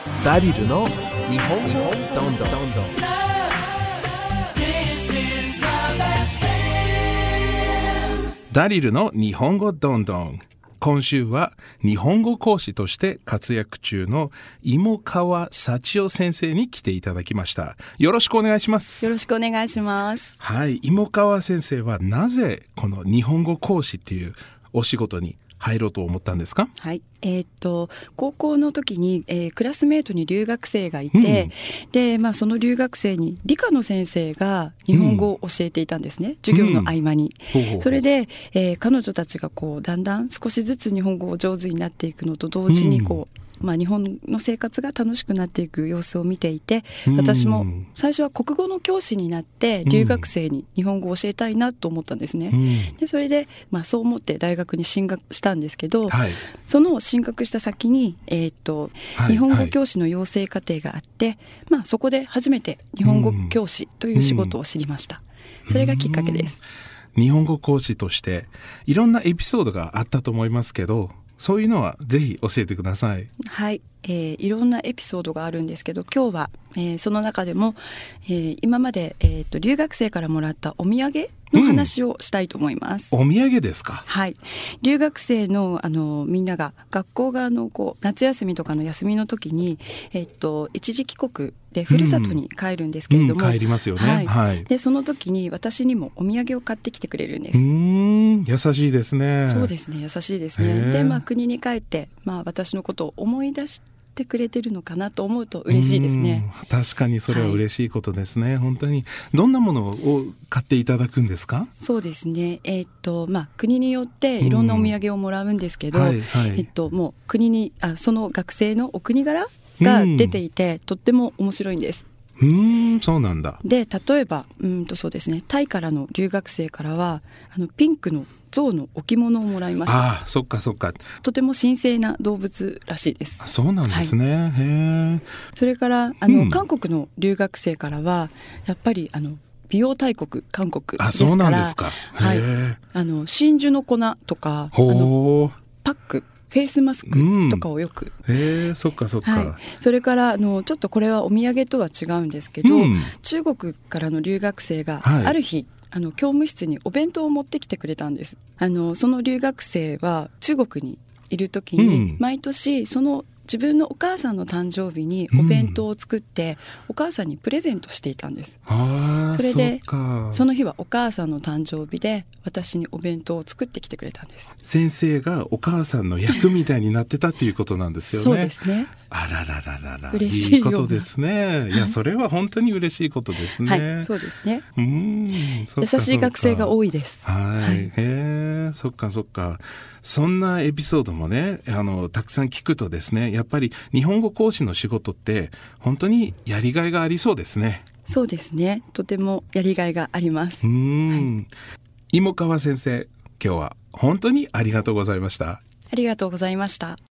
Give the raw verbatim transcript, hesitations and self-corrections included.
ダリルの日本語どんどんどんどん。ダリルの日本語どんどん。今週は日本語講師として活躍中の芋川幸代先生に来ていただきました。よろしくお願いします。 よろしくお願いします。 はい、芋川先生はなぜこの日本語講師っていうお仕事に入ろうと思ったんですか？ はい、えー、っと高校の時に、えー、クラスメートに留学生がいて、うん、で、まあ、その留学生に理科の先生が日本語を教えていたんですね、うん、授業の合間に、うん、それで、えー、彼女たちがこうだんだん少しずつ日本語を上手になっていくのと同時にこう、うんまあ、日本の生活が楽しくなっていく様子を見ていて、私も最初は国語の教師になって留学生に日本語を教えたいなと思ったんですね、うん、でそれで、まあ、そう思って大学に進学したんですけど、はい、その進学した先に、えーとはい、日本語教師の養成課程があって、はいまあ、そこで初めて日本語教師という仕事を知りました、うん、それがきっかけです。 日本語講師としていろんなエピソードがあったと思いますけど、そういうのはぜひ教えてください。 はい、えー、いろんなエピソードがあるんですけど、今日は、えー、その中でも、えー、今まで、えーと、留学生からもらったお土産の話をしたいと思います、 うん、お土産ですか？ はい、留学生 の, あのみんなが学校があのこう夏休みとかの休みの時に、えーと、一時帰国でふるさとに帰るんですけれども、 うんうん、帰りますよね、 はいはい、 でその時に私にもお土産を買ってきてくれるんです。 うーん優しいですね。 そうですね、優しいですね。で、まあ、国に帰って、まあ、私のことを思い出してくれてるのかなと思うと嬉しいですね。 確かにそれは嬉しいことですね、はい、本当に。どんなものを買っていただくんですか？ そうですね、えーっとまあ、国によっていろんなお土産をもらうんですけど、はいはいえーっともう国にあその学生のお国柄が出ていて、とっても面白いんです。 うーんそうなんだ。 で例えばうんとそうですね、タイからの留学生からはあのピンクの象の置物をもらいました。 ああそっかそっか。 とても神聖な動物らしいです。 あそうなんですね、はい、へえ。 それからあの、うん、韓国の留学生からはやっぱりあの美容大国韓国ですから、あそうなんですか。 はい、あの真珠の粉とかあのパックフェイスマスクとかをよく、 うん、へえそっかそっか、はい、 それからあのちょっとこれはお土産とは違うんですけど、うん、中国からの留学生がある日、はい、あの教務室にお弁当を持ってきてくれたんです。あのその留学生は中国にいる時に、うん、毎年その自分のお母さんの誕生日にお弁当を作って、うん、お母さんにプレゼントしていたんです。 あそれでそ, その日はお母さんの誕生日で私にお弁当を作ってきてくれたんです。 先生がお母さんの役みたいになってたということなんですよね。 そうですね。 あららららら嬉しいような。 いいことですね。いやそれは本当に嬉しいことですね。 はい、そうですね。 うーん優しい学生が多いです。 はい、はい、へえそっかそっか。そんなエピソードもねあのたくさん聞くとですね、やっぱり日本語講師の仕事って本当にやりがいがありそうですね。 そうですね、とてもやりがいがあります。 うーん、はい、芋川先生今日は本当にありがとうございました。 ありがとうございました。